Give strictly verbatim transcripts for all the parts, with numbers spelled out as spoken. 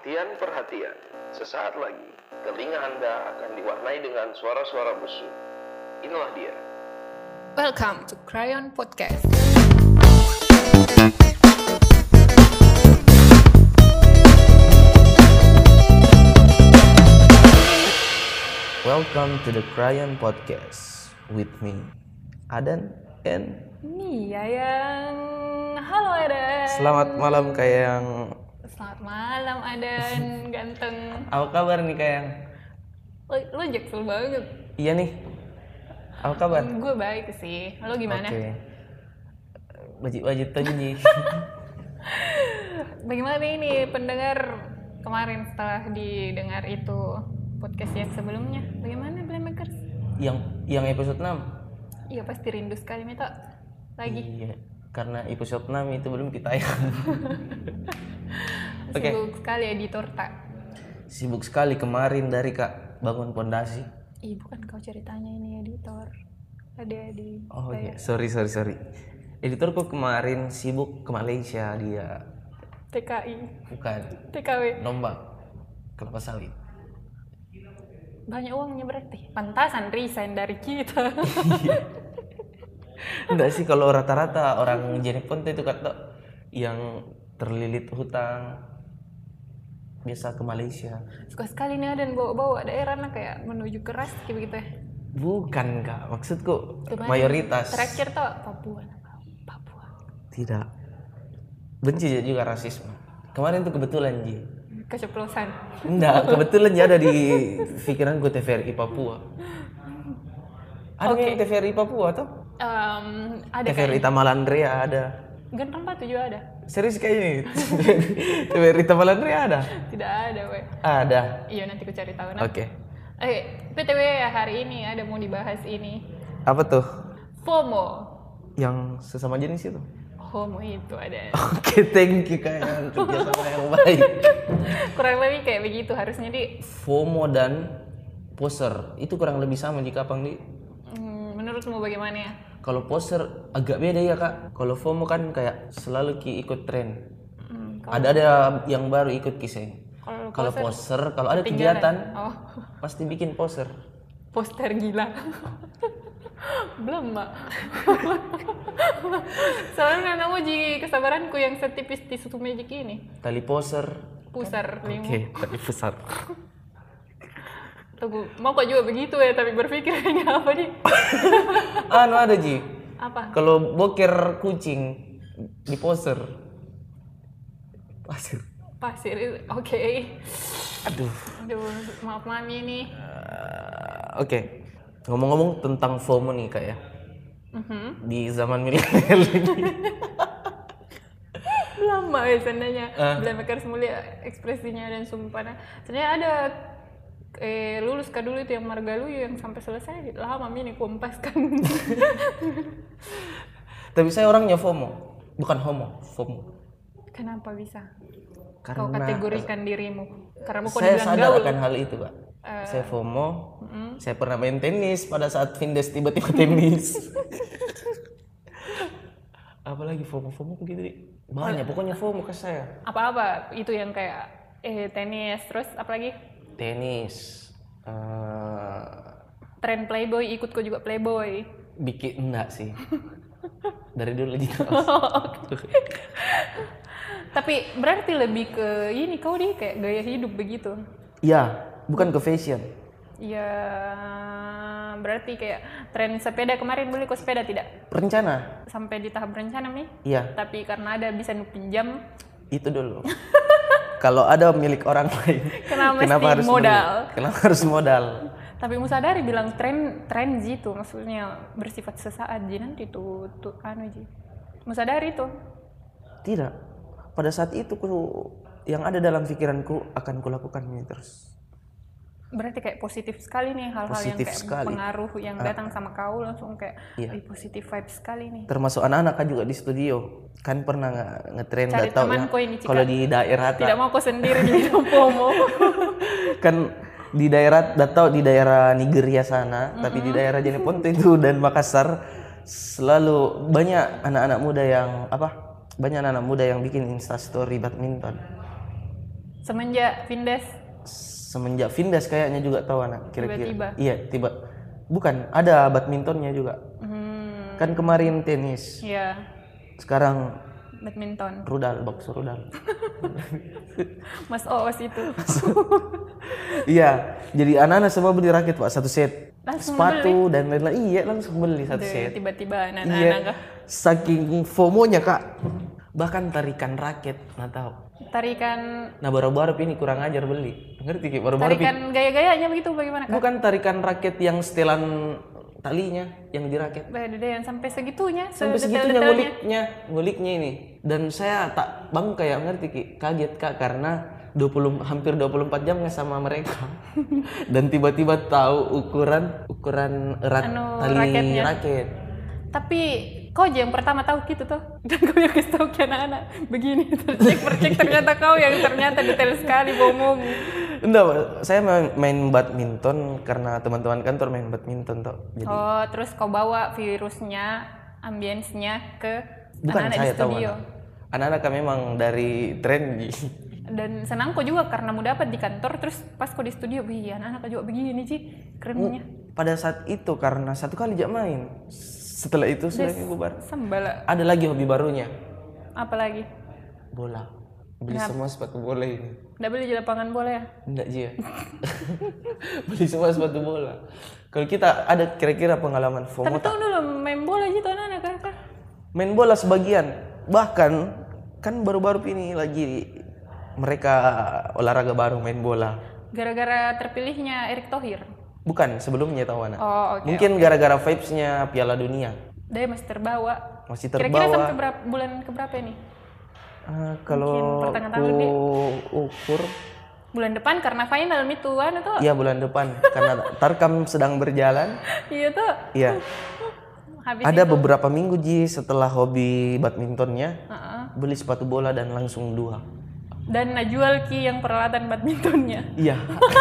Perhatian-perhatian, sesaat lagi telinga Anda akan diwarnai dengan suara-suara busuk. Inilah dia. Welcome to Crayon Podcast. Welcome to the Crayon Podcast with me, Adan and Nia yang halo Adan. Selamat malam Kayang. Selamat malam Adan, ganteng. Apa kabar nih Kayang? Lo, lo jaksel banget. Iya nih. Apa kabar? Hmm, gue baik sih. Lo gimana? Oke. Wajib-wajib tinggi. Bagaimana ini pendengar kemarin setelah didengar itu podcast yang sebelumnya? Bagaimana Blamakers? Yang yang episode enam. Iya pasti rindu sekali Mita. Lagi. Iya, karena episode enam itu belum ditayang. Oke. Okay. Sibuk sekali editor tak. Sibuk sekali kemarin dari Kak bangun pondasi. Ih bukan kau ceritanya ini editor. Ada di. Oh iya, sorry sorry sorry. Editorku kemarin sibuk ke Malaysia dia. T K I. Bukan. T K W. Nombak. Kelapa sawit. Banyak uangnya berarti. Pantasan resign dari kita. Enggak sih, kalau rata-rata orang Jeneponte itu kata yang terlilit hutang biasa ke Malaysia. Suka sekali nih dan bawa-bawa daerah nah kayak menuju keras kayak begitu ya. Bukan Kak, maksudku Cuman mayoritas. Terakhir tuh Papua. Papua. Tidak. Benci juga rasisme. Kemarin tuh kebetulan Ji. Keceplosan. Enggak, kebetulan ya ada di pikiranku T V R I Papua. Ada Okay. yang T V R I Papua tuh? Um, ada T V R I Tamalandrea ada. Ganteng Batu juga ada. Serius kayak ini. T V R I Tamalandrea ada? Tidak ada weh. Ada. Iya nanti ku cari tahu nah. Oke. Okay. Eh, P T W ya hari ini ada mau dibahas ini. Apa tuh? FOMO. Yang sesama jenis itu? FOMO itu ada. Oke, thank you kayak kerjasama yang baik. Kurang lebih kayak begitu harusnya di. FOMO dan poser itu kurang lebih sama jika Pang di. Hmm, menurutmu bagaimana ya? Kalau poser agak beda ya Kak. Kalau FOMO kan kayak selalu ki ikut tren. Hmm, Ada ada yang baru ikut kisah. Kalau Kalau poser, poser, kalau ada ketinggalan. kegiatan Oh. pasti bikin poser. Poster gila. Belum mbak. Soalnya nggak mau ji kesabaranku yang setipis tisu magic ini. Tali poser. Pusar Oke, lima. tali pusar. Tunggu, mau kok juga begitu ya, tapi berpikir ini apa nih? Anu ada Ji. Apa? Kalau boker kucing di poser. Pasir. Pasir itu, oke. Okay. Aduh. Aduh, maaf mami nih. Uh, Oke, okay. Ngomong-ngomong tentang FOMO nih Kak ya. Uh-huh. Di zaman milenial ini. Lama ya seandainya. Uh. Blamakers mulia ekspresinya dan sumpahnya. Sebenarnya ada eh, lulus kah dulu itu yang Margaluyu yang sampai selesai lama mini kompaskan. Tapi saya orangnya FOMO, bukan homo, FOMO. Kenapa bisa? Karena Kau kategorikan dirimu karena kau saya dibilang sadar gaul. akan hal itu Kak. Uh, Saya FOMO, mm-hmm. saya pernah main tenis pada saat Vindes tiba-tiba tenis. Apalagi FOMO-FOMO begitu deh. Banyak pokoknya FOMO ke saya. Apa-apa itu yang kayak eh tenis terus apalagi? Tenis. Uh, Tren Playboy ikut kau juga Playboy. bikin enggak sih. Dari dulu juga. Tapi berarti lebih ke ini kau nih kayak gaya hidup begitu. Iya, bukan ke fashion. Ya berarti kayak tren sepeda kemarin beli kau sepeda tidak? Rencana. Sampai di tahap rencana nih. Iya. Tapi karena ada bisa pinjam. Itu dulu. Kalau ada milik orang lain, Kenapa, kenapa harus modal? Milik? Kenapa harus modal? Tapi Musadari bilang tren tren gitu, maksudnya bersifat sesaat ji nanti tuh tuh anu ji. Musadari tuh. Tidak. Pada saat itu ku, yang ada dalam pikiranku akan kulakukan ini terus. Berarti kayak positif sekali nih hal-hal Positif yang kayak sekali. pengaruh yang datang sama kau langsung kayak Iya. wih, positif vibes sekali nih. Termasuk anak-anak kan juga di studio. Kan pernah nge- ngetren Cari datau teman ya. kau ini, Cika. Kalau di daerah Tidak mau kau sendiri di minum FOMO. kan di daerah datau di daerah Nigeria sana, mm-hmm. tapi di daerah Jeneponto itu dan Makassar selalu banyak anak-anak muda yang apa? Banyak anak-anak muda yang bikin Instastory badminton. Semenjak Vindes. Semenjak Vindes kayaknya juga tahu anak kira-kira. Tiba-tiba. Iya, tiba. Bukan, ada badmintonnya juga. Hmm, Kan kemarin tenis. iya, Sekarang badminton. rudal, bakso rudal. Mas Oos itu. Iya, jadi anak-anak semua beli raket Pak, satu set. Langsung Sepatu dan lain-lain. Iya, langsung beli satu Deh, set. tiba-tiba Iya, anak-anak kah? saking FOMO-nya Kak. Bahkan tarikan raket, nggak tahu. Tarikan Nah baru-baru ini kurang ajar beli. Ngerti Ki? Baru-baru tarikan gaya-gayanya begitu bagaimana kak? bukan tarikan raket yang setelan talinya yang di raket. Beda yang sampai segitunya, Sampai segitunya nguliknya, nguliknya ini. Dan saya tak bang kayak ngerti Ki, kaget Kak karena dua puluh hampir dua puluh empat jamnya sama mereka. Dan tiba-tiba tahu ukuran ukuran erat Anu, tali raketnya. raket. Tapi kau aja yang pertama tahu gitu tuh, dan kau yang kasih tahu ke anak-anak begini, tercek percek ternyata kau yang ternyata detail sekali bohong. Enggak, Pak. Saya main, main badminton karena teman-teman kantor main badminton toh. Jadi Oh, terus kau bawa virusnya, ambience-nya ke bukan anak-anak saya di tahu studio. anak. Anak-anak kami memang dari tren. Dan senang kok juga karena mau dapat di kantor, terus pas kau di studio, wih anak-anak juga begini sih, kerennya. Pada saat itu karena satu kali jak main. Setelah itu sudah bubar. Sambala. Ada lagi hobi barunya, Apalagi? bola. Beli semua sepatu bola ini. Nggak beli di lapangan bola ya? Enggak Jia. Beli semua sepatu bola. Kalau kita ada kira-kira pengalaman FOMO Tapi tak? tahu dulu main bola gitu anak-anak kan? Main bola sebagian. Bahkan kan baru-baru ini lagi mereka olahraga baru main bola. Gara-gara terpilihnya Erick Thohir. Bukan, sebelumnya tahu anak. Oh, oke. Mungkin gara-gara vibes-nya Piala Dunia. Dia masih terbawa. Masih Kira-kira terbawa. sampai berapa, bulan keberapa ini? Ah, kalau Mungkin pertengahan tahun ku nih. ukur, Bulan depan karena final itu kan itu. iya bulan depan karena Tarkam sedang berjalan. Iya tuh. Iya. Habis Ada itu. beberapa minggu Ji setelah hobi badmintonnya Heeh. beli sepatu bola dan langsung dua. Dan Najwa Ki yang peralatan badmintonnya. Iya.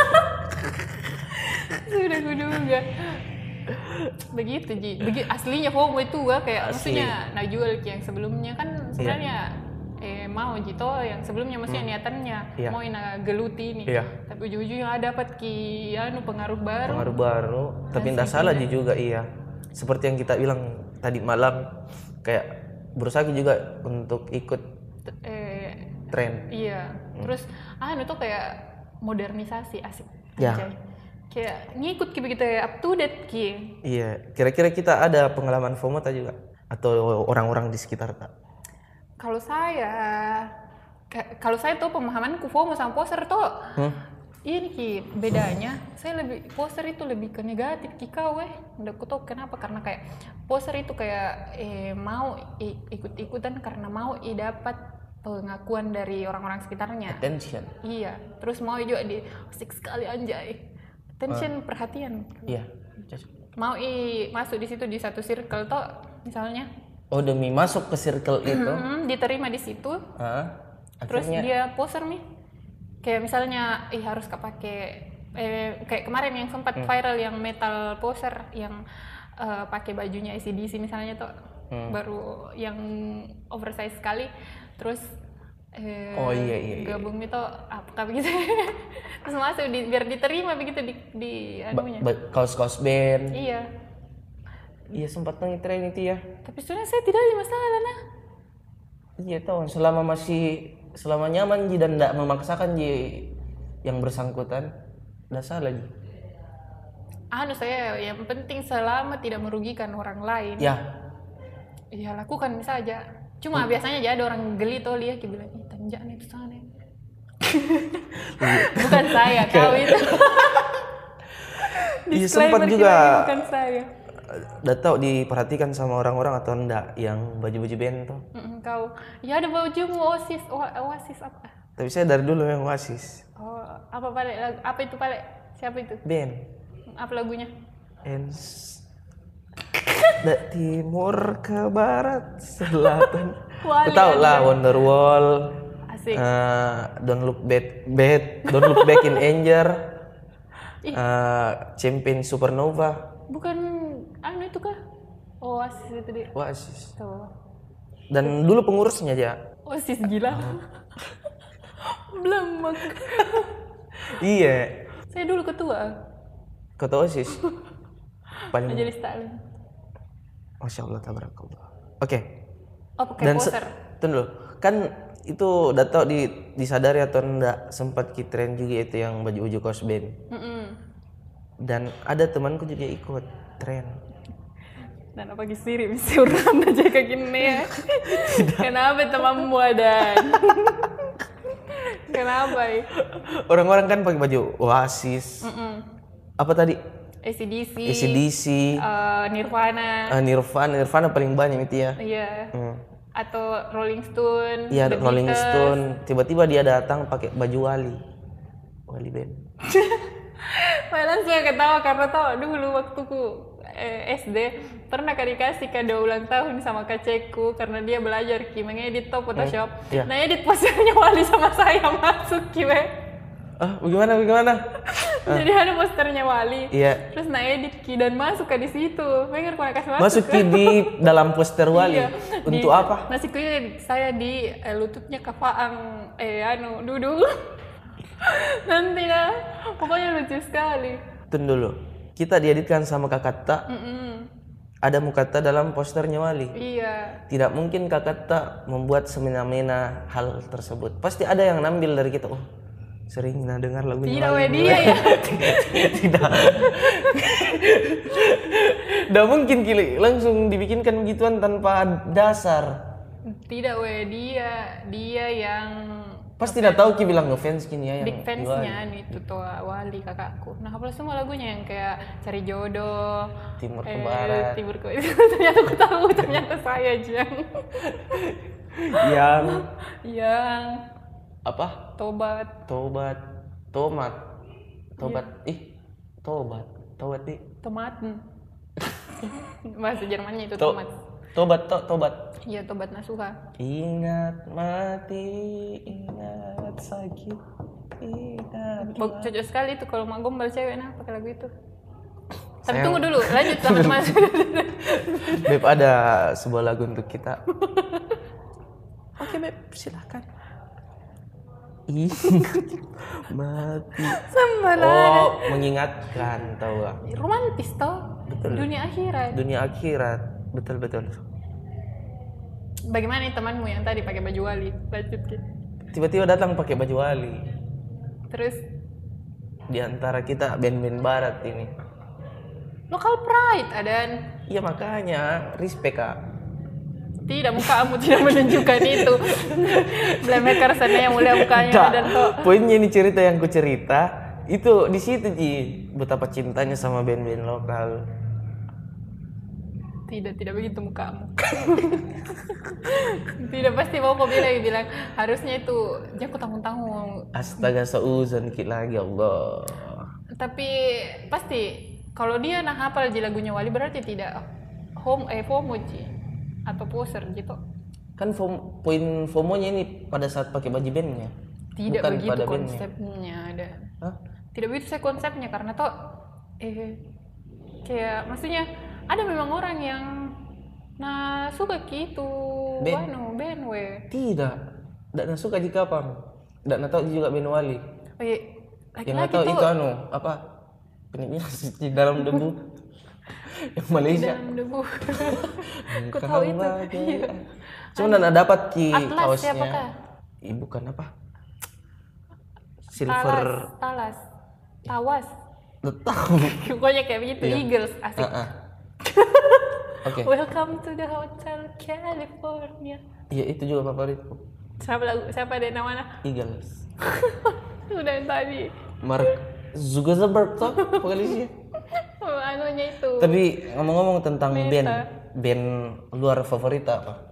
Sudah gue duga. Begitu Ji. Begi, aslinya FOMO itu gua kayak Asli. maksudnya Najwa Ki yang sebelumnya kan sebenarnya eh mau Jito yang sebelumnya maksudnya niatannya Iya. mau ina geluti nih. Iya. Tapi ujung-ujungnya dapat Ki anu pengaruh baru. Pengaruh baru, tapi tidak salah Ji juga iya. Seperti yang kita bilang tadi malam kayak berusaha juga untuk ikut Eh tren. iya. Terus anu tuh kayak modernisasi asik. Ya. Anjay. Kayak ngikut Ki begitu ya, up to date Ki. Iya, kira-kira kita ada pengalaman FOMO tak juga atau orang-orang di sekitar tak? Kalau saya, ka- kalau saya tuh pemahamanku FOMO sama poser tuh, Hmm? ini Ki bedanya. Saya lebih poser itu lebih ke negatif Ki kau eh. Nggak aku tahu kenapa karena kayak poser itu kayak eh, mau i- ikut-ikutan karena mau i dapat pengakuan dari orang-orang sekitarnya. Attention. Iya. Terus mau juga di asik sekali anjay. Attention, perhatian. Iya. Mau i masuk di situ di satu circle tuh misalnya. Oh demi masuk ke circle itu, Hmm, diterima di situ. ah, Terus akhirnya dia poser nih, kayak misalnya, ih harus kepake, eh, kayak kemarin yang sempat viral yang metal poser yang eh, pakai bajunya A C D C misalnya tuh, baru yang oversize sekali, terus eh, Oh, iya, iya, iya. gabung itu apa begitu, terus masuk di, biar diterima begitu di, di ba- anunya. ba- kaos-kaos band. Iya, Iya sempat nang tren itu ya. tapi sebenarnya saya tidak ada masalah nah. Iya tahu selama masih selama nyaman Ji dan tidak memaksakan Ji yang bersangkutan, tidak salah Ji. Anu saya yang penting selama tidak merugikan orang lain. Ya, Iya lakukan saja. Cuma biasanya aja ada orang geli tuh lihat dia bilang, ih tanjak nih itu sana. Bukan saya, kau itu. iya sempat Disclaimer juga. kita, bukan saya. Udah tahu diperhatikan sama orang-orang atau enggak yang baju-baju band tuh. Mm-mm, kau, ya ada bajumu oasis, Oa- oasis apa? Tapi saya dari dulu yang Oasis. Oh, apa pale? lagu- Apa itu pale? Siapa itu? Band. Apa lagunya? And dari timur ke barat selatan. Wali Tahu lah aja. Wonderwall. Asik. eh, don't look back, bad, don't look back in anger. Ih. eh, Champion Supernova. Bukan anu itu kah? Oasis itu dia. Oasis. Tuh. Dan dulu pengurusnya aja. Oasis gila. Blemek. Iya. Saya dulu ketua. Ketua OSIS. Paling. Majelis Taklim. Masya Allah, tabarakallah. Oke. Oh, pakai Dan se- poster. tunggu dulu. Kan itu udah tau di, disadari atau enggak, sempat ki tren juga itu yang baju uju kaos band. Mm-mm. Dan ada temanku juga ikut tren. Dan apa kisiri mesti uram aja kayak gini ya. Kenapa temanmu ada? Kenapa ya? Orang-orang kan pakai baju Oasis. Mm-mm. Apa tadi? A C D C, A C D C, uh, Nirvana, uh, Nirvana, Nirvana paling banyak itu ya. iya, Hmm. atau Rolling Stone, Iya, The Rolling Beatles. Stone. Tiba-tiba dia datang pakai baju Wali, Wali band. Malah saya ketawa karena tau dulu waktuku eh, S D pernah kali kasih kado ulang tahun sama kacekku karena dia belajar ki mengedit tuh Photoshop. Hmm, iya. Nah edit posternya Wali sama saya masuk ki we. Ah, bagaimana bagaimana? Jadi ada posternya Wali. Iya. Terus nah edit ki dan masuk ke di situ. Pengen aku kasih masuk. Masuk ki di dalam poster Wali. Iya. Untuk Di- apa? Masih kuya saya di eh, lututnya kafaang eh anu duduk. Nanti dah. Pokoknya lucu sekali. Tunggu dulu. Kita dieditkan sama Kak Ta. Mm-mm. Ada muka Ta dalam posternya Wali. Iya. Tidak mungkin Kak Ta membuat semena-mena hal tersebut. Pasti ada yang ngambil dari kita. Oh, sering nah dengar lagunya Tidak Wali. we dia ya. Tidak. Tidak mungkin Kili langsung dibikinkan begituan tanpa dasar. Tidak we dia. Dia yang Pasti tidak tahu Ki bilang ngefans kini ya yang big Wali. fansnya anu itu tuh Wali kakakku. Nah apalagi semua lagunya yang kayak Cari Jodoh, Timur ke eh, Barat. Timur ke ternyata aku tahu ternyata saya Jang. Yang yang apa? Tobat. Tobat, tomat, tobat, ih, tobat, tobat ih, Tomaten. Bahasa Jermannya itu To- tomat. tobat, to, tobat. Iya tobat nasuha. Ingat mati, ingat sakit, ingat. Bag- Cocok sekali itu kalau mau gombal cewek nah pakai lagu itu. Tapi Sayang. tunggu dulu, lanjut sama Mas. Beb, ada sebuah lagu untuk kita. Oke Beb, silakan. Ingat mati. Sembarangan. Oh, mengingatkan, tahu gak? Romantis toh. Betul. Dunia akhirat. Dunia akhirat, betul betul. Bagaimana nih temanmu yang tadi pakai baju Wali? Lanjut gitu. Tiba-tiba datang pakai baju Wali. Terus Di antara kita band-band barat ini. local pride adan. Iya makanya, respect Kak. Tidak, mukamu tidak menunjukkan itu. Blamemaker sana yang mulia mukanya Nggak, dan kok. poinnya ini cerita yang ku cerita itu di situ Ji, betapa cintanya sama band-band lokal. Tidak, tidak begitu mukamu. Tidak, pasti mau kau bilang, bilang harusnya itu jangan tanggung-tanggung. Astaga, seuzon dikit lagi Allah. Tapi pasti kalau dia nah hafal ji lagunya Wali berarti tidak home eh FOMO ji atau poser gitu. Kan fom, poin FOMO-nya ini pada saat pakai baju bandnya. Tidak bukan begitu pada bandnya. konsepnya ada. Hah? Tidak begitu saya konsepnya karena toh eh kayak maksudnya ada memang orang yang nah suka gitu Band? anu band we. Tidak. Tidak suka jika apa. Tidak tahu juga band Wali. Oh, iya. Yang nggak Laki-laki tahu tuh itu anu apa? Peniknya di dalam debu. Yang di Malaysia. dalam debu. Aku tahu itu. Iya. Cuma nggak dapat Ki Atlas kaosnya. siapakah? Ih, bukan apa? Silver. Talas, talas, tawas. Nggak tahu. Pokoknya kayak begitu, Iya. Eagles asik. Ah, ah. Oke. Welcome to the Hotel California. Iya itu juga favoritku. Siapa lagu? Siapa ada namanya? Eagles. Udah yang tadi. Mark Zuckerberg tuh vokalisnya. Oh, anunya itu. Tapi ngomong-ngomong tentang Meta. band, band luar favorit apa?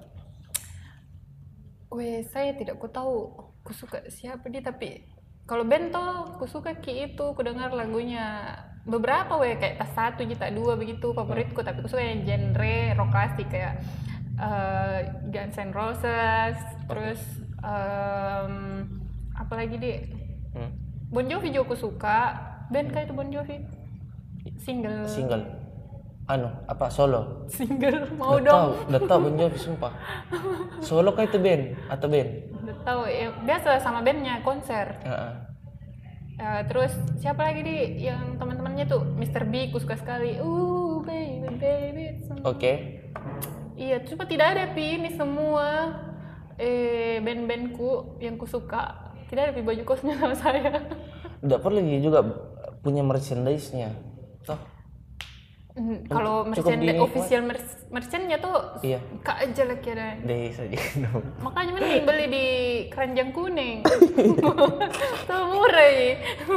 Weh, saya tidak ku tahu ku suka siapa dia tapi kalau band toh ku suka Ki itu ku dengar lagunya beberapa weh kayak tas satu juta dua begitu favoritku tapi ku suka yang genre rock klasik kayak uh, Guns N' Roses terus um, apa lagi deh Hmm? Bon Jovi juga ku suka band kayak itu Bon Jovi single Single. Anu, apa solo? single mau Nggak dong tahu, nggak tahu Bon Jovi sumpah. Solo kah itu band atau band? udah tahu ya, biasa sama bandnya konser. Heeh. Uh, terus siapa lagi di yang teman-temannya tuh mister B, ku suka sekali. Uh, baby, baby. Oke. Okay. Iya, cuma tidak ada pi ini semua eh band-bandku yang ku suka. Tidak ada pi baju kosnya sama saya. Udah perlu juga punya merchandise-nya. Toh. Mm, kalau merchandise official mer- merchant-nya tuh iya. Kak aja lah kira. Deh saja dong. Makanya mending beli di Keranjang Kuning. Tuh murah ya.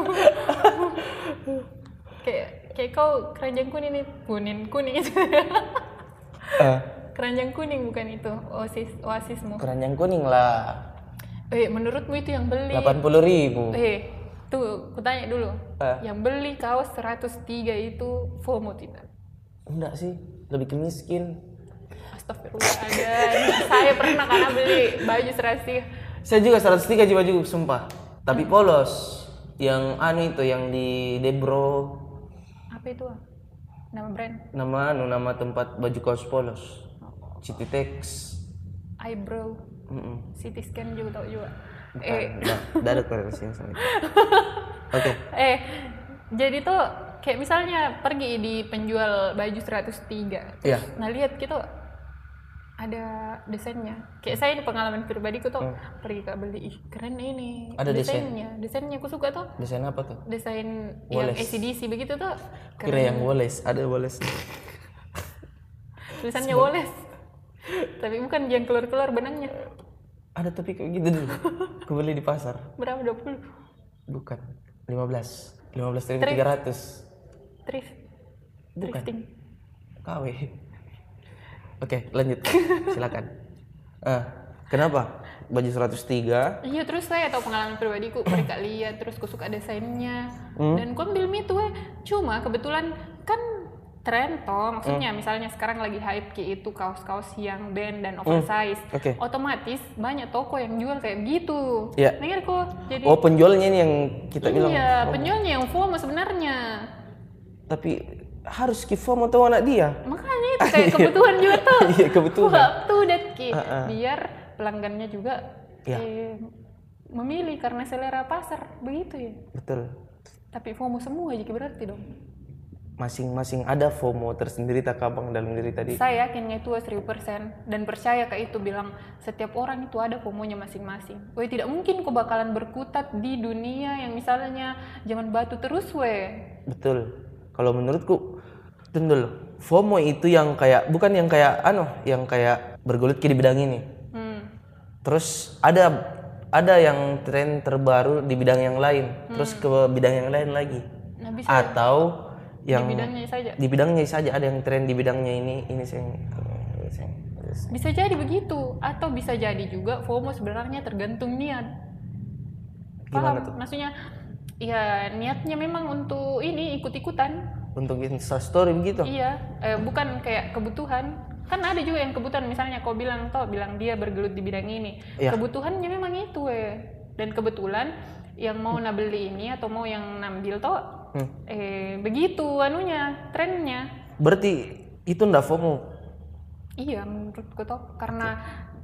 kayak kayak kau Keranjang Kuning nih, kuning kuning itu. uh, Keranjang Kuning bukan itu, oasis oasismu. Keranjang Kuning lah. Eh, menurutmu itu yang beli delapan puluh ribu. Eh, tuh, kutanya dulu. Uh. Yang beli kaos seratus tiga itu FOMO tidak? Enggak sih, lebih ke miskin. Astagfirullah, ada. Saya pernah karena beli baju seratus tiga. Saya juga seratus tiga aja baju, sumpah. Tapi polos. Yang anu itu, yang di Debro. Apa itu? Nama brand? Nama anu, nama tempat baju kaos polos. Cititex. Eyebrow. Mm-mm. C T scan juga tau juga. Bukan, Eh, dadak koreksi yang sama itu. Oke. eh, jadi tuh kayak misalnya pergi di penjual baju seratus tiga. Iya. Nah, lihat gitu ada desainnya. Kayak saya ini pengalaman pribadiku tuh Hmm. pergi ke beli, ih keren ini. Ada desain? desainnya. Desainnya aku suka tuh. Desain apa tuh? Desain yang Wallace. A C D C begitu tuh. Kira yang Wallace, ada Wallace. Tulisannya Wallace. Tapi bukan yang keluar-keluar benangnya. Ada tapi kayak gitu dulu. Aku beli di pasar. Berapa? dua puluh? Bukan. lima belas. lima belas ribu tiga ratus. Thrift. Bukan. Thrifting. K W. Oke, lanjut. Silakan. Ah, kenapa? Baju seratus tiga. Iya, terus saya tahu pengalaman pribadiku, mereka lihat terus ku suka desainnya. Hmm. Dan ku ambil itu eh. Cuma kebetulan kan tren toh, maksudnya Hmm. misalnya sekarang lagi hype kayak itu kaos-kaos yang band dan oversize. Hmm. Oke. Otomatis banyak toko yang jual kayak gitu. Iya. Dengar kok. Jadi Oh, penjualnya ini yang kita bilang. iya, oh. penjualnya yang FOMO sebenarnya. Tapi harus ki FOMO tahu anak dia. Makanya itu kayak kebutuhan juga tuh. Iya, kebutuhan. Waktu dat ki. Uh-uh. Biar pelanggannya juga Iya. eh, memilih karena selera pasar begitu ya. Betul. Tapi FOMO semua jadi berarti dong. Masing-masing ada FOMO tersendiri tak kabang dalam diri tadi. Saya yakinnya itu seribu persen dan percaya ke itu, bilang setiap orang itu ada FOMO-nya masing-masing. Weh, tidak mungkin kau bakalan berkutat di dunia yang misalnya zaman batu terus weh. Betul. Kalau menurutku, tunggu dulu. FOMO itu yang kayak, bukan yang kayak anu, yang kayak bergulit di bidang ini. Hmm. Terus ada ada yang tren terbaru di bidang yang lain, hmm. terus ke bidang yang lain lagi. Nah, bisa Atau yang di bidangnya saja. Di bidangnya saja ada yang tren di bidangnya ini, ini saya. Bisa jadi begitu, atau bisa jadi juga FOMO sebenarnya tergantung niat. Gimana Paham? tuh? Maksudnya, ya niatnya memang untuk ini ikut-ikutan. Untuk Insta story begitu. Iya, eh, bukan kayak kebutuhan. Kan ada juga yang kebutuhan, misalnya kau bilang toh, bilang dia bergelut di bidang ini. Iya. Kebutuhannya memang itu eh. Dan kebetulan yang mau nak beli ini atau mau yang nambil toh, hmm. eh begitu anunya, trennya. Berarti itu ndak FOMO? Iya, menurutku toh, karena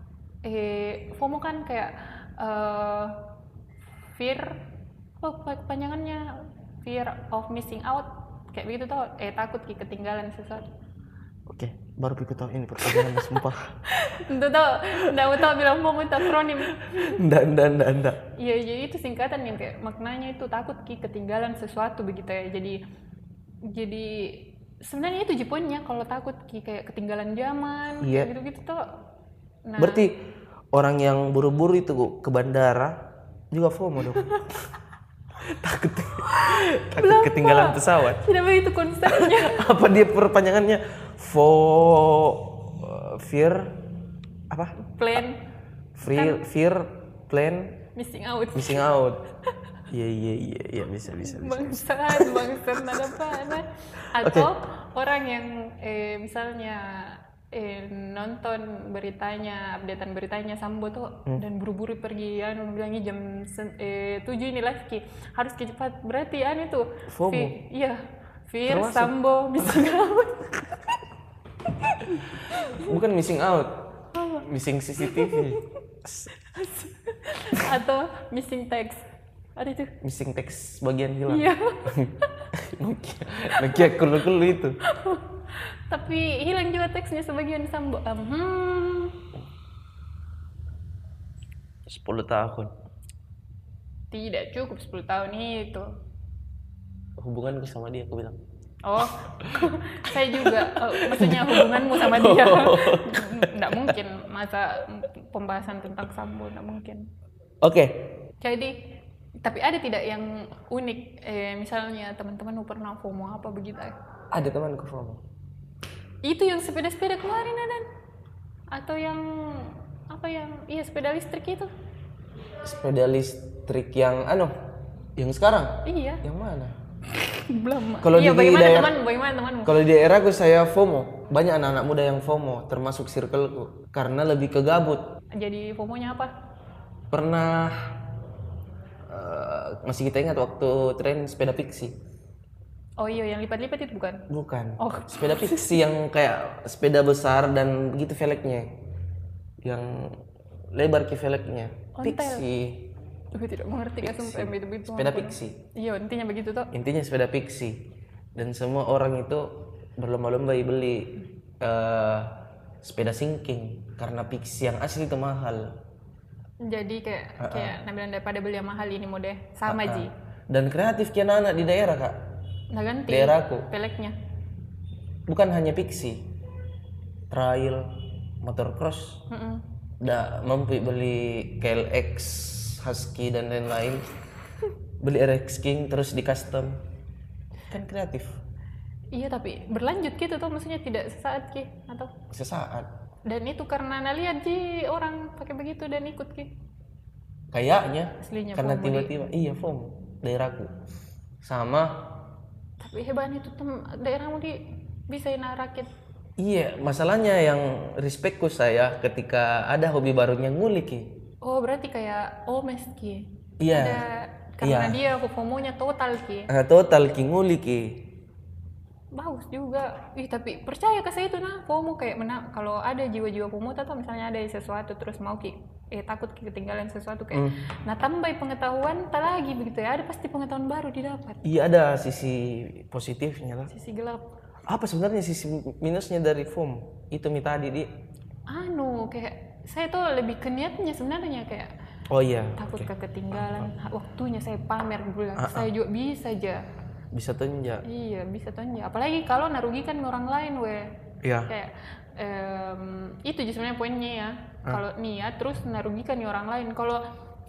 eh FOMO kan kayak uh, fear, oh kepanjangannya fear of missing out, kayak begitu toh, eh takut ketinggalan sesuatu. Oke, baru pikir tahu ini pertanyaannya sumpah. Itu tau, nggak mau tau bilang FOMO itu akronim. Nggak, nggak, nggak, nggak. Iya, jadi itu singkatan yang kayak maknanya itu takut ketinggalan sesuatu begitu ya. Jadi, jadi sebenarnya itu poinnya kalau takut kayak ketinggalan zaman, iya. gitu-gitu tuh. Nah, berarti orang yang buru-buru itu ke bandara juga FOMO dong. takut takut Belum, ketinggalan Pak. pesawat. Tidak begitu konsepnya. Apa dia perpanjangannya? Fo fear apa? Plan Fear fear plan missing out. missing out. Iya iya iya iya bisa bisa bisa. Bangsat, bangsat nada panah. Atau orang yang eh, misalnya eh, nonton beritanya, updatean beritanya Sambo tuh hmm. dan buru-buru pergi anu bilangnya jam eh, tujuh ini live ki. Harus ki cepat. Berarti anu tuh FOMO. Fi, iya. Fear Termasuk. Sambo missing out. Bukan missing out. Missing C C T V. Atau missing text. Ada itu. Missing text bagian hilang. Iya. Nokia, Nokia kulu-kulu itu. Tapi hilang juga teksnya sebagian Sambo. Um, hmm. sepuluh tahun. Tidak cukup sepuluh tahun itu. Hubunganku sama dia, aku bilang. Oh, saya juga. Oh, maksudnya hubunganmu sama dia. Nggak mungkin masa pembahasan tentang Sambo, nggak mungkin. Oke. Okay. Jadi, tapi ada tidak yang unik? Eh, misalnya teman-teman pernah FOMO apa begitu? Ada temanku FOMO. Itu yang sepeda-sepeda kemarin Adan? Atau yang apa yang iya sepeda listrik itu? Sepeda listrik yang anu, yang sekarang? Iya. Yang mana? Belum. Kalau iya, di bagaimana daerah, teman, bagaimana temanmu? Kalau di daerahku saya FOMO, banyak anak-anak muda yang FOMO, termasuk circleku, karena lebih ke gabut. Jadi FOMO-nya apa? Pernah uh, masih kita ingat waktu tren sepeda pixie. Oh iya, yang lipat-lipat itu bukan? Bukan. Oh. Sepeda pixie yang kayak sepeda besar dan gitu velgnya, yang lebar ke velgnya. Ontel. Pixie. Gue tidak mengerti kan sumpah yang begitu. Sepeda pixie. Iya, intinya begitu toh. Intinya sepeda pixie. Dan semua orang itu berlomba-lomba beli uh, sepeda sinking karena pixie yang asli itu mahal. Jadi kayak uh-uh. kayak bilang daripada beli yang mahal ini mode sama uh-uh. Ji. Dan kreatif kian anak di daerah kak. Nah ganti. Daerahku. Peleknya. Bukan hanya pixie, trail, motocross. Uh-uh. Dah mampu beli K L X, Husky dan lain-lain. Beli R X King terus di custom. Kan kreatif. Iya tapi berlanjut gitu tuh maksudnya tidak sesaat Ki atau sesaat. Dan itu karena nah lihat Ji orang pakai begitu dan ikut Ki. Kayaknya aslinya karena FOMO tiba-tiba di... iya FOMO daerahku. Sama tapi hebat itu tem daerahmu di bisa rakit. Iya, masalahnya yang respectku saya ketika ada hobi barunya ngulik Ki. Oh, berarti kayak Omes Ki. Iya. Ada, karena iya. dia FOMO-nya total Ki. Uh, total Ki ngulik Ki. Bagus juga. Ih, tapi percaya ke saya itu nah, FOMO kayak mana kalau ada jiwa-jiwa FOMO atau misalnya ada sesuatu terus mau Ki eh takut Ki ketinggalan sesuatu kayak. Mm. Nah, tambah pengetahuan tak lagi begitu ya. Ada pasti pengetahuan baru didapat. Iya, ada sisi positifnya lah. Sisi gelap. Apa sebenarnya sisi minusnya dari FOMO? Itu mi tadi di anu kayak saya tuh lebih ke niatnya sebenarnya kayak oh iya takut okay. ketinggalan uh, uh. waktunya saya pamer bilang uh, uh. saya juga bisa aja bisa tonjak iya bisa tonjak apalagi kalau narugikan orang lain weh iya kayak um, itu sebenarnya poinnya ya uh. kalau niat terus narugikan orang lain kalau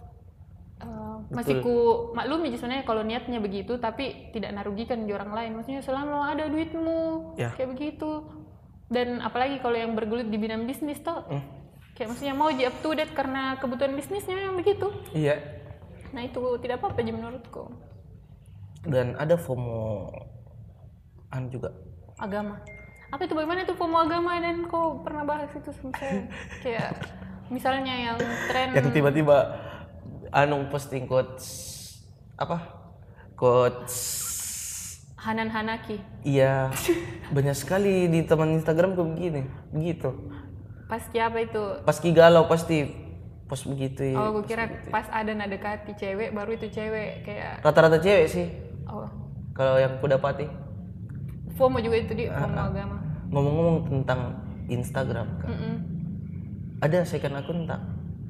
Uh, masih ku maklumi sebenarnya kalau niatnya begitu tapi tidak narugikan di orang lain maksudnya selama ada duitmu ya. Kayak begitu dan apalagi kalau yang bergulit di bidang bisnis toh hmm. kayak maksudnya mau di up to date karena kebutuhan bisnisnya yang begitu iya nah itu tidak apa-apa aja menurutku dan ada FOMO an juga agama apa itu bagaimana itu FOMO agama dan kau pernah bahas itu sama saya kayak misalnya yang tren yang tiba-tiba anu posting quotes apa quotes Hanan Hanaki iya banyak sekali di teman Instagram kok begini begitu pasti apa itu pasti galau pasti post begitu oh gue kira begitu. Pas ada nadekati cewek baru itu cewek kayak rata-rata cewek sih oh kalau yang ku dapati FOMO juga itu di FOMO uh-huh. agama ngomong-ngomong tentang Instagram kan Mm-mm. ada second akun tak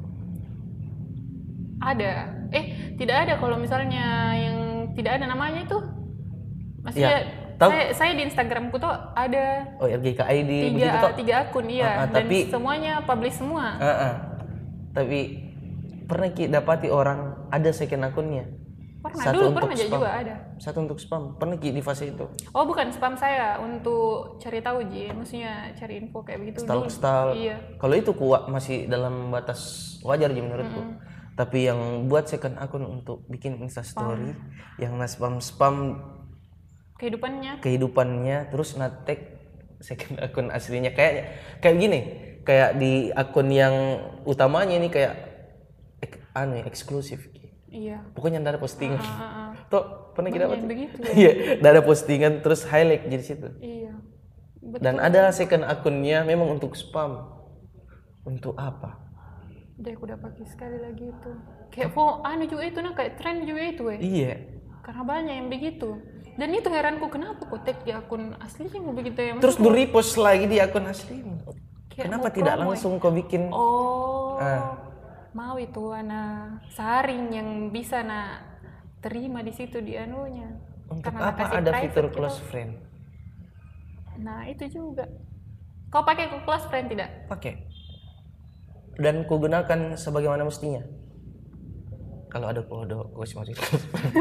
ada eh tidak ada kalau misalnya yang tidak ada namanya itu maksudnya ya, saya, saya di Instagramku tuh ada oh R G K I D tiga, begitu toh tiga akun iya uh, uh, dan tapi, semuanya publish semua uh, uh, tapi pernah Ki dapati orang ada second akunnya pernah satu dulu untuk pernah spam. juga ada Satu untuk spam pernah Ki di fase itu oh bukan spam saya untuk cari tahu Ji maksudnya cari info kayak begitu stalk dulu stalk iya kalau itu kuat masih dalam batas wajar Ji menurutku mm-hmm. Tapi yang buat second akun untuk bikin instastory yang nge-spam spam kehidupannya kehidupannya terus nge-tag second akun aslinya kayak kayak gini kayak di akun yang utamanya ini kayak ek, anu eksklusif iya pokoknya nggak ada postingan uh, uh, uh. toh pernah kita dapat begitu iya nggak ada postingan terus highlight jadi situ iya betul. Dan ada second akunnya memang untuk spam untuk apa Udah aku udah pakai sekali lagi itu. Kayak po, anu juga itu nah kayak tren juga itu eh. Iya. Karena banyak yang begitu. Dan itu heranku kenapa kok tag di akun aslinya mau begitu ya. Terus di repost lagi di akun aslimu. Kayak Kenapa mau tidak promo, langsung kau bikin? Oh. Ah. Mau itu ana saring yang bisa na terima di situ di anunya. Untuk Karena apa kasih ada private fitur gitu. close friend? Nah, itu juga. Kau pakai close friend tidak? Pakai. Dan ku gunakan sebagaimana mestinya. Kalau ada kode, ku kasih masih close friend.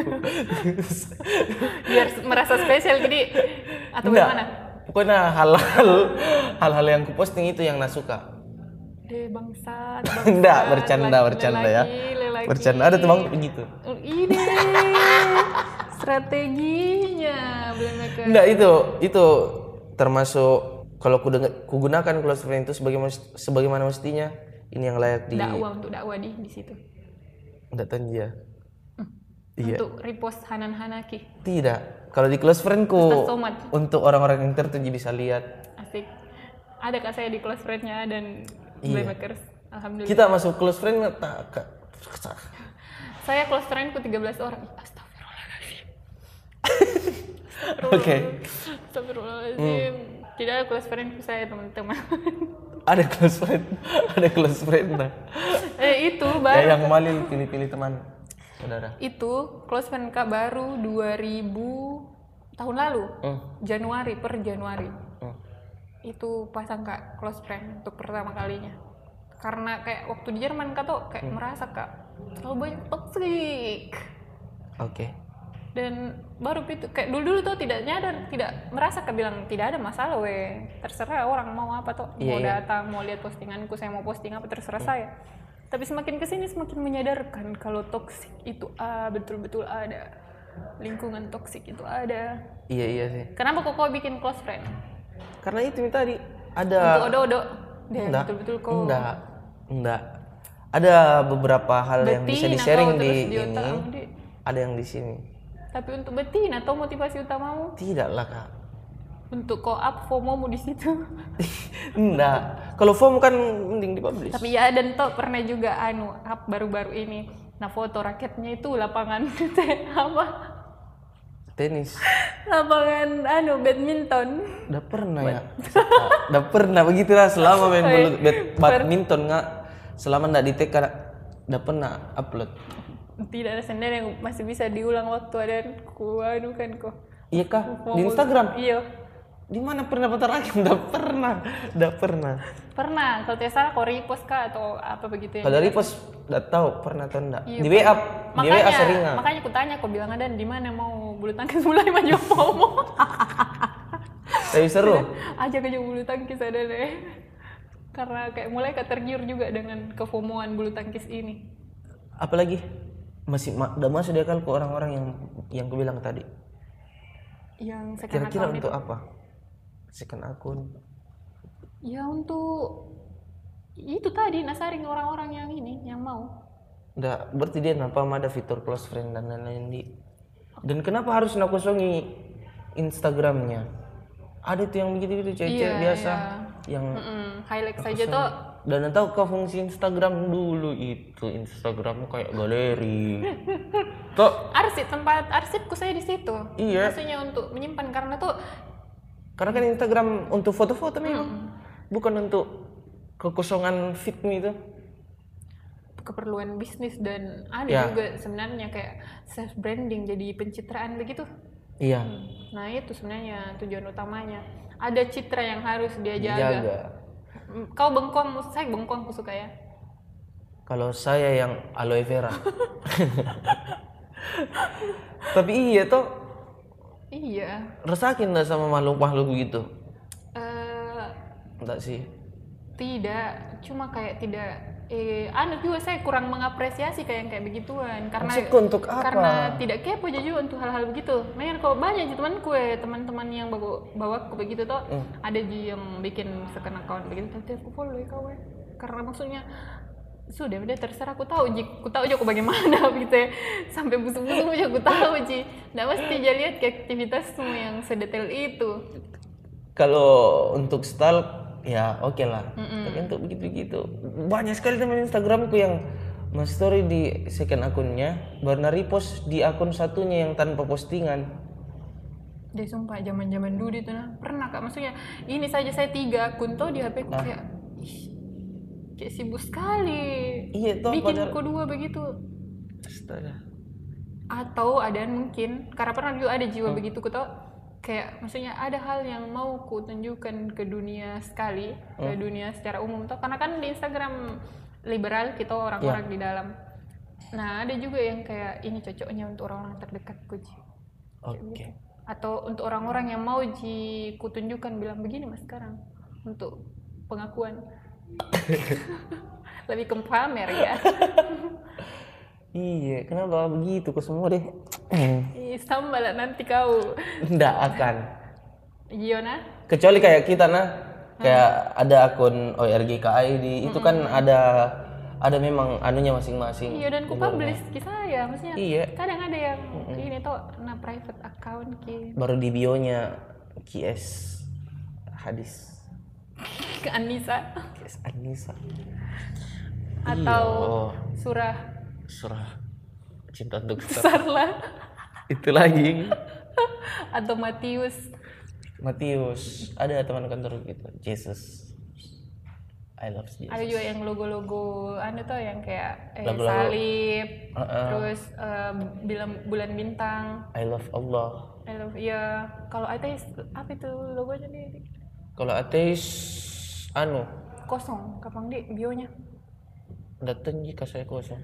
Biar merasa spesial jadi atau Enggak. bagaimana? Pokoknya hal-hal hal-hal yang ku posting itu yang nak suka. Deh bangsat, Enggak, bercanda, bercanda ya. Lelaki. Bercanda ada tuh bang begitu. Ini strateginya belum makan. Enggak, itu itu termasuk kalau ku, dengar, ku gunakan close friend itu sebagaimana sebagaimana mestinya. Ini yang layak di dakwah untuk dakwah di di situ. Enggak tahu dia. Hmm. Iya. Untuk repost Hanan Hanaki. Tidak. Kalau di close friendku Ustaz Somad. untuk orang-orang yang tertentu bisa lihat. Asik. Ada kak saya di close friend-nya dan Iya. Playmakers. Alhamdulillah. Kita masuk close friend tak Saya close friend-ku tiga belas orang. Astagfirullahaladzim. Oke. Astagfirullahaladzim. Tidak ada close friend-ku saya teman-teman. Ada close friend, ada close friend nah. eh itu Ya baru. yang malil pilih-pilih teman saudara. Itu close friend kak baru dua ribu tahun lalu. Hmm. Januari per Januari. Hmm. Itu pasang kak close friend untuk pertama kalinya. Karena kayak waktu di Jerman kak tuh kayak merasa kak terlalu banyak toxic. Oke. Dan baru itu kayak dulu-dulu tuh tidak nyadar, tidak merasa kak bilang tidak ada masalah weh, terserah orang mau apa tuh, Iya, mau iya. datang mau lihat postinganku, saya mau posting apa terserah saya. Tapi semakin kesini semakin menyadarkan kalau toxic itu ah, betul-betul ada, lingkungan toxic itu ada. Iya iya sih. Kenapa kok kau bikin close friend? Karena itu tadi Untuk ada odo-odo dia enggak betul-betul kau enggak enggak ada beberapa hal yang bisa betina di-sharing kau di terus di ini. otak, di. Ada yang di sini. Tapi untuk betina atau motivasi utamamu Tidak lah kak. untuk kau up FOMO-mu di situ. Enggak. Kalau form kan mending dipublish. Tapi ya dan toh pernah juga anu up baru-baru ini. Nah foto raketnya itu lapangan apa? Tenis. Lapangan anu badminton. Udah pernah ya. Udah pernah begitulah selama main bulu bad- badminton nggak selama nggak di tag kan udah pernah upload. Tidak ada sendiri yang masih bisa diulang waktu ada ku anu kan kok. Iya kah? Di Instagram? Iya. Di mana pernah bentar lagi? Udah pernah. Udah pernah. Pernah. Kalau tidak salah kau repost kah atau apa begitu ya? Kalau repost udah tahu pernah atau enggak. Iya, Di W A, di W A makanya, sering nggak? makanya aku tanya kok bilang ada di mana mau bulu tangkis mulai maju FOMO. Tapi seru. Ajak aja bulu tangkis ada deh. Karena kayak mulai ketergiur juga dengan kefomoan bulu tangkis ini. Apalagi masih ma- udah masuk di akal ke orang-orang yang yang aku bilang tadi. Yang second Kira-kira account untuk itu. apa? Second akun. Ya untuk itu tadi nasaring orang-orang yang ini yang mau. Udah berarti dia kenapa ada fitur close friend dan lain-lain di. Dan kenapa harus nak kosongi Instagramnya? Ada tuh yang begitu-begitu cewek Iya, biasa iya. yang Mm-mm, highlight saja tuh. dan tahu kau fungsi Instagram dulu itu Instagrammu kayak galeri. Tuh Arsip tempat arsipku saya di situ. Iya. Maksudnya untuk menyimpan karena tuh karena kan Instagram untuk foto-foto memang bukan untuk kekosongan feedmu itu. keperluan bisnis dan ada Ya. juga sebenarnya kayak self branding jadi pencitraan begitu. Iya. Nah itu sebenarnya tujuan utamanya. Ada citra yang harus dia jaga. Jaga. Mm, Kau bengkong, saya bengkong aku suka ya. Kalau saya yang aloe vera. Tapi iya toh Iya. resakin nggak sama makhluk-makhluk gitu? Eh, Enggak sih. tidak, cuma kayak tidak. Eh, anu juga saya kurang mengapresiasi kayak yang kayak begituan karena Maksudku untuk apa? karena tidak kepo aja juga untuk hal-hal begitu. Memang kalau banyak temanku ya teman-teman yang bawa bawa aku begitu tuh Hmm. ada juga yang bikin second account begitu tapi aku follow ya kau ya. Karena maksudnya sudah udah terserah aku tahu ji aku tahu aja aku bagaimana gitu ya sampai busuk-busuk aja aku tahu ji nggak mesti aja lihat ke aktivitasmu yang sedetail itu. Kalau untuk style ya oke okay lah. Mm-mm. Tapi untuk begitu-begitu banyak sekali teman Instagramku yang story di second akunnya baru repost di akun satunya yang tanpa postingan. Dia sumpah zaman-zaman dulu itu nah pernah kak, maksudnya ini saja saya tiga akun tuh di H P ku ah. kayak kayak sibuk sekali. Iya toh. Bikin padahal... kedua begitu. Astaga. Atau ada mungkin karena pernah juga ada jiwa hmm. begitu ku tuh kayak maksudnya ada hal yang mau ku tunjukkan ke dunia sekali, hmm. ke dunia secara umum tuh karena kan di Instagram liberal kita orang-orang ya. Di dalam. Nah ada juga yang kayak ini cocoknya untuk orang-orang terdekatku. Oke. Okay. Gitu. Atau untuk orang-orang yang mau ji kutunjukkan bilang begini mas sekarang untuk pengakuan. Lebih ke pamer ya. Iya, kenapa begitu kok semua deh? Ih, sambal nanti kau. Nggak akan. Iya nah. Kecuali kayak kita nah. Kayak hmm. ada akun O R G K I D itu hmm. kan ada ada memang anunya masing-masing. Iya dan ku publish kisah ya maksudnya. Iya. Kadang ada yang hmm. ini tuh na private account ki. Baru di bio-nya Q S hadis. Ke Anissa. Q S Anissa. Atau iyo. surah surah cinta untuk Sarla. Itu lagi. Atau Matius. Matius, ada teman kantor gitu, Jesus, I love Jesus. Ada juga yang logo-logo, ada tuh yang kayak eh, Lagu-lagu. salib, uh-uh. terus uh, bilang bulan bintang. I love Allah. I love, ya. Kalau ateis apa itu logonya nih? Kalau ateis, anu? Kosong, kapan di bionya? Datang jika saya kosong.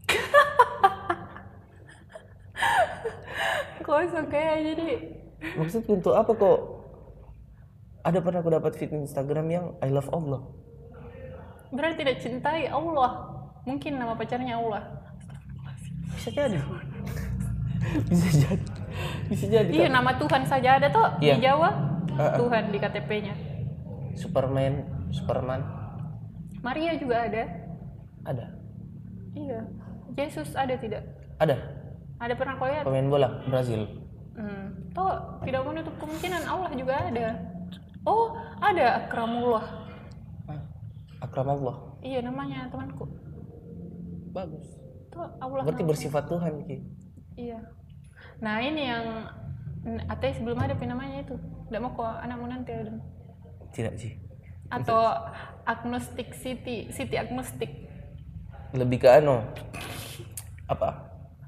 Kosong kayak jadi. Maksudku untuk apa kok? Ada pernah aku dapat feed Instagram yang I love Allah. Berarti tidak cintai Allah. Mungkin nama pacarnya Allah. Bisa jadi. Bisa jadi. Bisa jadi. Iya, kan? nama Tuhan saja ada tuh yeah. di Jawa. Uh-uh. Tuhan di K T P-nya. Superman, Superman. Maria juga ada. Ada. Iya. Yesus ada tidak? Ada. Ada pernah kau lihat? Pemain bola Brazil. Hmm. Toh tidak menutup kemungkinan Allah juga ada. Oh, ada Akramullah. Ah, Akramullah. Iya namanya temanku. Bagus. Tuh Allah. Berarti nama. bersifat Tuhan Ki. Iya. Nah ini yang ateis belum ada namanya itu. Tidak mau kok anakmu nanti ada. Tidak sih. Atau agnostik Siti, Siti agnostik. Lebih ke anu. Apa?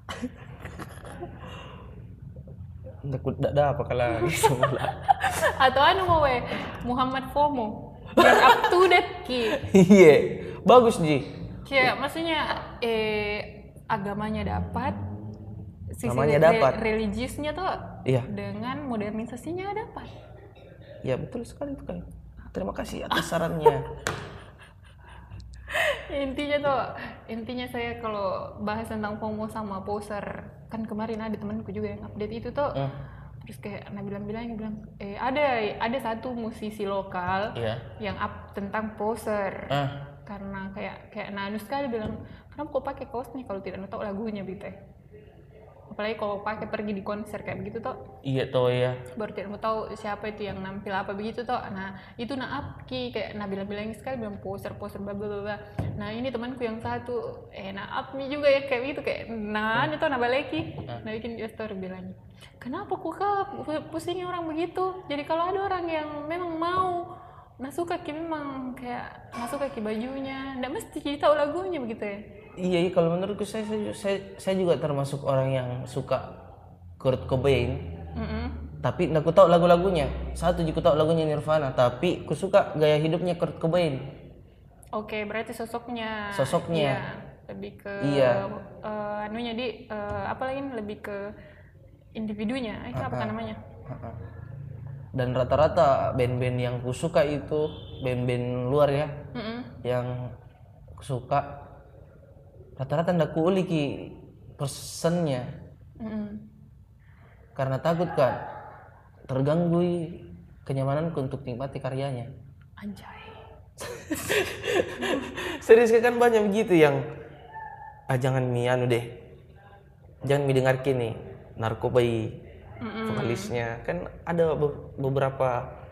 Nggak ada apa kalau semula. Atau anu mau we Muhammad FOMO yang up to date ki. Iya, bagus Ji. Kayak maksudnya eh agamanya dapat, sisi namanya re- dapat, religiusnya tuh iya. Dengan modernisasinya dapat. Ya betul sekali tuh kan. Terima kasih atas sarannya. Intinya tuh, intinya saya kalau bahas tentang FOMO sama poser, kan kemarin ada temanku juga yang update itu tuh, uh. terus kayak Nah bilang-bilang, bilang, eh ada ada satu musisi lokal yeah. yang up tentang poser, uh. karena kayak kayak Nanu sekali bilang, kenapa kok pakai kaos nih kalau tidak tahu lagunya gitu ya. Apalagi kalau pakai pergi di konser kayak begitu toh. Iya toh ya. Baru tidak mau tahu siapa itu yang nampil apa begitu toh. Nah itu naap ki kayak nah bilang-bilang sekali bilang poser poser bla bla bla. Nah ini temanku yang satu eh naap nih juga ya kayak gitu kayak nah itu nah baleki. Nah bikin dia story bilang kenapa kok kak pusingnya orang begitu. Jadi kalau ada orang yang memang mau nah suka ki memang kayak nah suka ki bajunya, nggak mesti kita tahu lagunya begitu ya. Iya, kalau menurutku saya, saya saya juga termasuk orang yang suka Kurt Cobain. Mm-hmm. Tapi aku tahu lagu-lagunya. Satu juga tahu lagunya Nirvana, tapi aku suka gaya hidupnya Kurt Cobain. Oke, berarti sosoknya. Sosoknya. Iya, lebih ke iya. Uh, anunya di uh, apa lagi lebih ke individunya. Itu uh-huh. apa namanya? Uh-huh. Dan rata-rata band-band yang aku suka itu band-band luar ya. Mm-hmm. Yang aku suka rata-rata ndak kuuliki personnya, mm-hmm. karena takut kan terganggu kenyamananku untuk nikmati karyanya. Anjay. Serius kan banyak begitu yang ah jangan mi anu deh, jangan mi dengar kini narkobai, mm-hmm. vokalisnya kan ada be- beberapa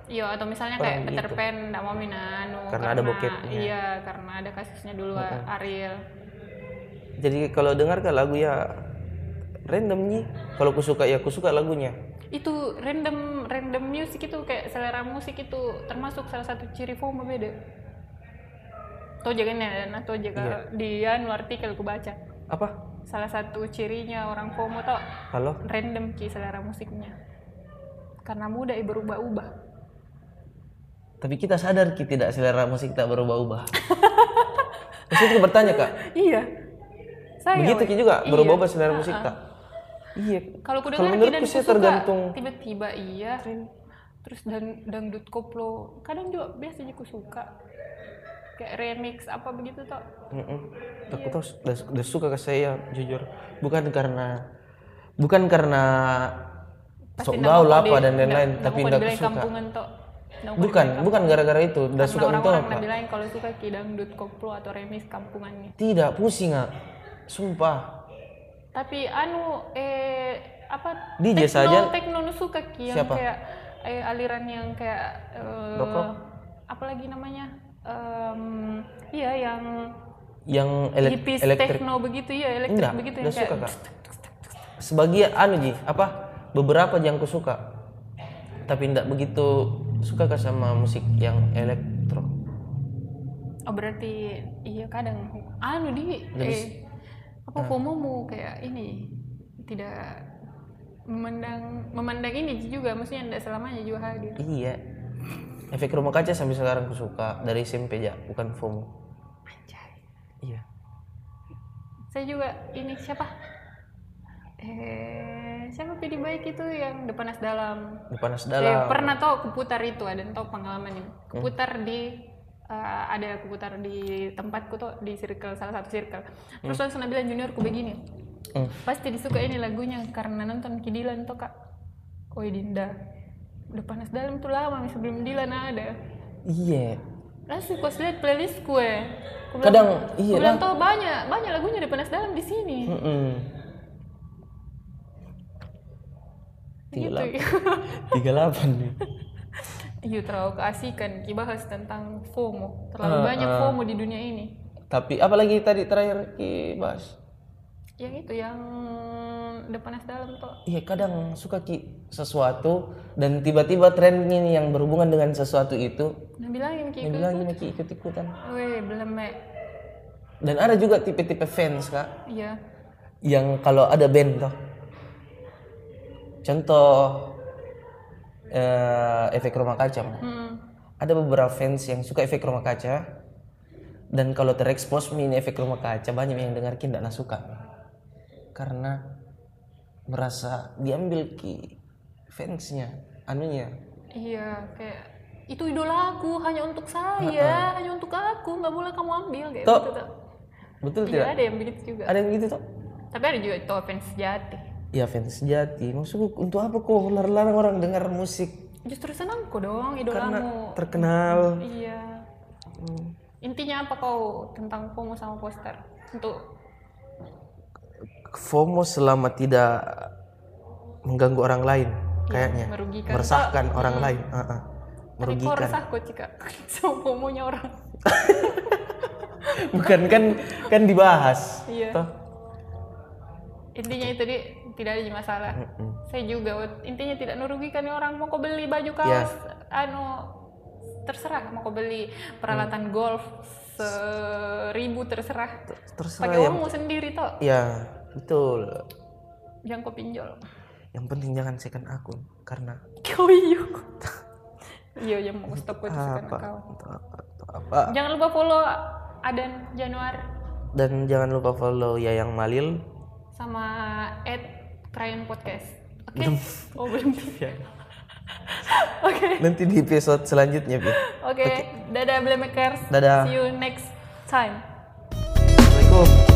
Iya, atau misalnya Orang kayak Peter begitu. Pan nggak mau minano Karena ada bokepnya. Iya, karena ada kasusnya dulu Ariel. Jadi kalau dengar kan lagu ya random nih. Kalau aku suka ya aku suka lagunya. Itu random random music itu kayak selera musik itu termasuk salah satu ciri FOMO beda. Tuh jaga nih, nah tuh jaga Iya. di anu artikel aku baca. Apa? Salah satu cirinya orang FOMO tuh Halo? random ki selera musiknya. Karena mudah berubah-ubah. Tapi kita sadar Ki tidak selera musik tak berubah-ubah. Maksudnya bertanya Kak. Iya. Saya Begitu weh. Ki juga Iya. berubah-ubah selera Ah, musik ah. tak. Iya. Kalau aku Kalau dengar menurutku tidak sih suka, tergantung. tiba-tiba iya. Terus dan dangdut koplo, kadang juga biasanya aku suka. Kayak remix apa begitu toh. Mm-mm. Aku tuh udah, udah suka ke saya jujur. Bukan karena bukan karena sok gaul apa dan lain-lain, tapi enggak suka. suka. Kampungan toh. Nggak mau Bukan, dibilang bukan gara-gara itu. Udah Karena suka untuk orang-orang apa? nak bilang kalau suka ki dangdut koplo atau remix kampungannya. Tidak, pusing ah. Sumpah. Tapi anu eh apa D J tekno, saja. tekno nu suka ki yang Siapa? kayak eh, aliran yang kayak eh, Rock-rock? apa lagi namanya? Em, iya yang Yang elek- hipis elektrik. techno begitu ya, elektrik Enggak, begitu udah yang kayak suka Kak. Sebagian anu Ji, apa? Beberapa yang aku suka. Tapi enggak begitu suka Kak sama musik yang elektro. oh berarti iya kadang anu di Lebih- eh apa FOMO-mu kayak ini tidak memandang memandang ini juga, maksudnya tidak selamanya juga hadir. Iya. Efek Rumah Kaca sampai sekarang aku suka dari S M P ya, bukan FOMO. Anjay. Iya. Saya juga ini siapa? Eh siapa Pedi Baik itu yang Depanas Dalam. Depanas Eh, Dalam. pernah tau keputar itu, ada tau pengalaman ini. Keputar di eh, ada keputar di tempatku tuh di circle salah satu circle. Terus langsung bilang juniorku begini. Hmm. Pasti disuka ini lagunya karena nonton Kidilan tuh Kak. Oi Dinda. Udah panas dalam tuh lama sebelum Dilan ada. Iya. Langsung kau lihat playlist gue. Ku Kadang, iya Gue bilang lah. tuh banyak banyak lagunya udah panas dalam di sini. Mm-mm. Gitu. tiga puluh delapan nih. Iya terlalu keasikan dibahas tentang FOMO. Terlalu Ah, banyak ah. FOMO di dunia ini. Tapi apalagi tadi terakhir Ki bahas? Yang itu yang udah panas dalam tuh. Iya, kadang suka Ki sesuatu dan tiba-tiba tren ini yang berhubungan dengan sesuatu itu Nah bilangin Ki yang ikut. bilang gini Ki ikut-ikutan. Weh belum me. Dan ada juga tipe-tipe fans Kak Iya. yang kalau ada band toh. Contoh eh, Efek Rumah Kaca. Hmm. Ada beberapa fans yang suka Efek Rumah Kaca dan kalau terekspos ini Efek Rumah Kaca banyak yang dengar Ki tidak suka karena merasa diambil Ki fansnya anunya. Iya kayak itu idola aku hanya untuk saya, hanya untuk aku, nggak boleh kamu ambil kayak Toh, gitu tuh. Betul Iya tidak? ada yang begitu juga. Ada yang gitu toh? Tapi ada juga itu fans sejati. Ya fans sejati. Maksudku untuk apa kok larang-larang orang dengar musik Justru senang kok dong karena idolamu. terkenal. Iya. Hmm. Intinya apa kau tentang FOMO sama poster? Untuk FOMO selama tidak mengganggu orang lain kayaknya. merugikan. Meresahkan orang lain. Uh-uh. tapi kau Merugikan. resah kok Cika sama FOMO-nya orang. Bukan kan kan dibahas. Iya. Toh? Intinya itu di tidak ada masalah. Saya juga intinya tidak merugikan orang. Mau kau beli baju kaos, anu terserah. Mau kau beli peralatan golf seribu terserah. Terserah Pakai yang uangmu sendiri toh. ya betul. Jangan kau pinjol. Yang penting jangan second akun karena Kau iyo. Iya, yang mau stop itu sekarang apa, kau. untuk apa, untuk apa. Jangan lupa follow Adan Januar Dan jangan lupa follow Yayang Malil. sama at Krayon Podcast. Oke? Oh belum. Oke. Nanti di episode selanjutnya, Bi. Oke. Dadah Blamakers. Dadah. See you next time. Assalamualaikum.